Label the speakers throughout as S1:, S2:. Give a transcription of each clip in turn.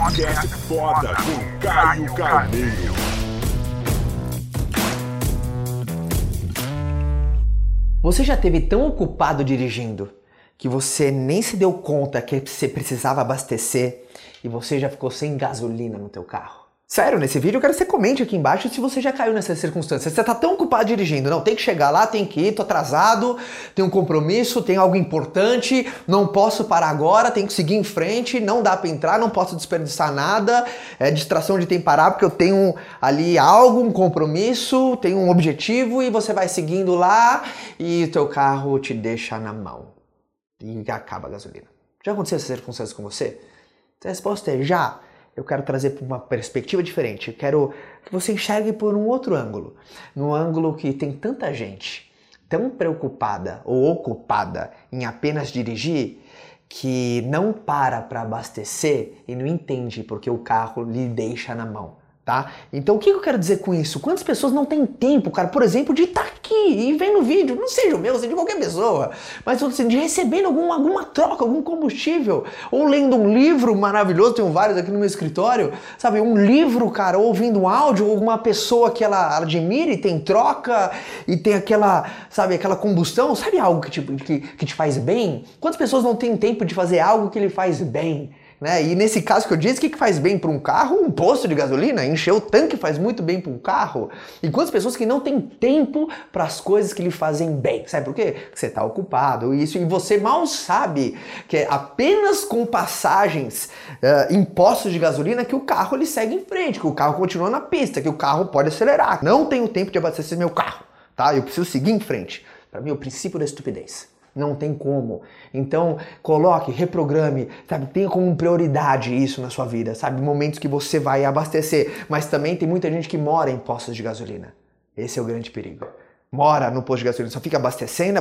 S1: Podcast Foda com Caio Carneiro.
S2: Você já esteve tão ocupado dirigindo que você nem se deu conta que você precisava abastecer e você já ficou sem gasolina no teu carro? Sério, nesse vídeo eu quero que você comente aqui embaixo se você já caiu nessas circunstâncias. Você tá tão ocupado dirigindo, não, tem que chegar lá, tem que ir, tô atrasado, tem um compromisso, tem algo importante, não posso parar agora, tem que seguir em frente, não dá pra entrar, não posso desperdiçar nada, é distração de tempo parar porque eu tenho ali algo, um compromisso, tenho um objetivo e você vai seguindo lá e o teu carro te deixa na mão e acaba a gasolina. Já aconteceu essas circunstâncias com você? A resposta é já. Eu quero trazer para uma perspectiva diferente. Eu quero que você enxergue por um outro ângulo. Num ângulo que tem tanta gente tão preocupada ou ocupada em apenas dirigir que não para abastecer e não entende porque o carro lhe deixa na mão. Tá? Então o que eu quero dizer com isso? Quantas pessoas não têm tempo, cara, por exemplo, de estar aqui e vendo o vídeo, não seja o meu, seja de qualquer pessoa, mas assim, de recebendo alguma troca, algum combustível, ou lendo um livro maravilhoso, tenho vários aqui no meu escritório, sabe, um livro, cara, ou ouvindo um áudio, ou uma pessoa que ela admira e tem troca, e tem aquela, sabe, aquela combustão, sabe algo que te faz bem? Quantas pessoas não têm tempo de fazer algo que lhe faz bem? Né? E nesse caso que eu disse, o que faz bem para um carro? Um posto de gasolina, encher o tanque faz muito bem para um carro. E quantas pessoas que não têm tempo para as coisas que lhe fazem bem? Sabe por quê? Porque você está ocupado e você mal sabe que é apenas com passagens em postos de gasolina que o carro ele segue em frente, que o carro continua na pista, que o carro pode acelerar. Não tenho tempo de abastecer meu carro, tá? Eu preciso seguir em frente. Para mim é o princípio da estupidez. Não tem como. Então, coloque, reprograme, sabe? Tenha como prioridade isso na sua vida, sabe? Momentos que você vai abastecer. Mas também tem muita gente que mora em postos de gasolina. Esse é o grande perigo. Mora no posto de gasolina, só fica abastecendo,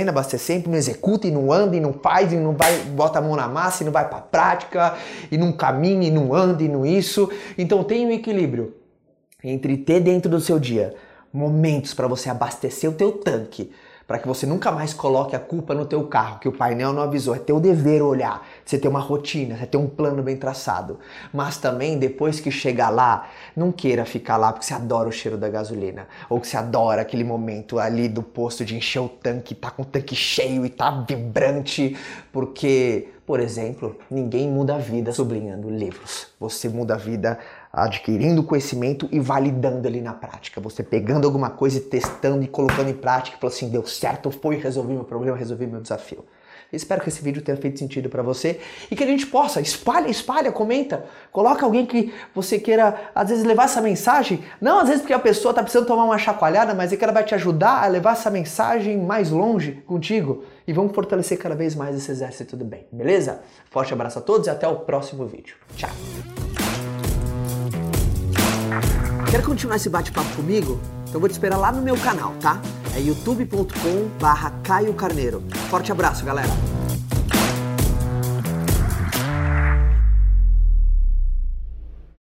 S2: não executa e não anda e não faz e não vai, bota a mão na massa e não vai pra prática e não caminha e não anda e não isso. Então tem um equilíbrio entre ter dentro do seu dia momentos para você abastecer o teu tanque, para que você nunca mais coloque a culpa no teu carro, que o painel não avisou. É teu dever olhar, você ter uma rotina, você ter um plano bem traçado. Mas também, depois que chegar lá, não queira ficar lá porque você adora o cheiro da gasolina, ou que você adora aquele momento ali do posto de encher o tanque, tá com o tanque cheio e tá vibrante, porque, por exemplo, ninguém muda a vida sublinhando livros. Você muda a vida adquirindo conhecimento e validando ele na prática. Você pegando alguma coisa e testando e colocando em prática e falando assim, deu certo, foi, resolvi meu problema, resolvi meu desafio. Espero que esse vídeo tenha feito sentido para você e que a gente possa, espalha, comenta, coloca alguém que você queira, às vezes, levar essa mensagem, não às vezes porque a pessoa está precisando tomar uma chacoalhada, mas é que ela vai te ajudar a levar essa mensagem mais longe contigo e vamos fortalecer cada vez mais esse exército do bem, beleza? Forte abraço a todos e até o próximo vídeo. Tchau! Quer continuar esse bate-papo comigo? Então vou te esperar lá no meu canal, tá? É youtube.com/Caio Carneiro. Forte abraço, galera!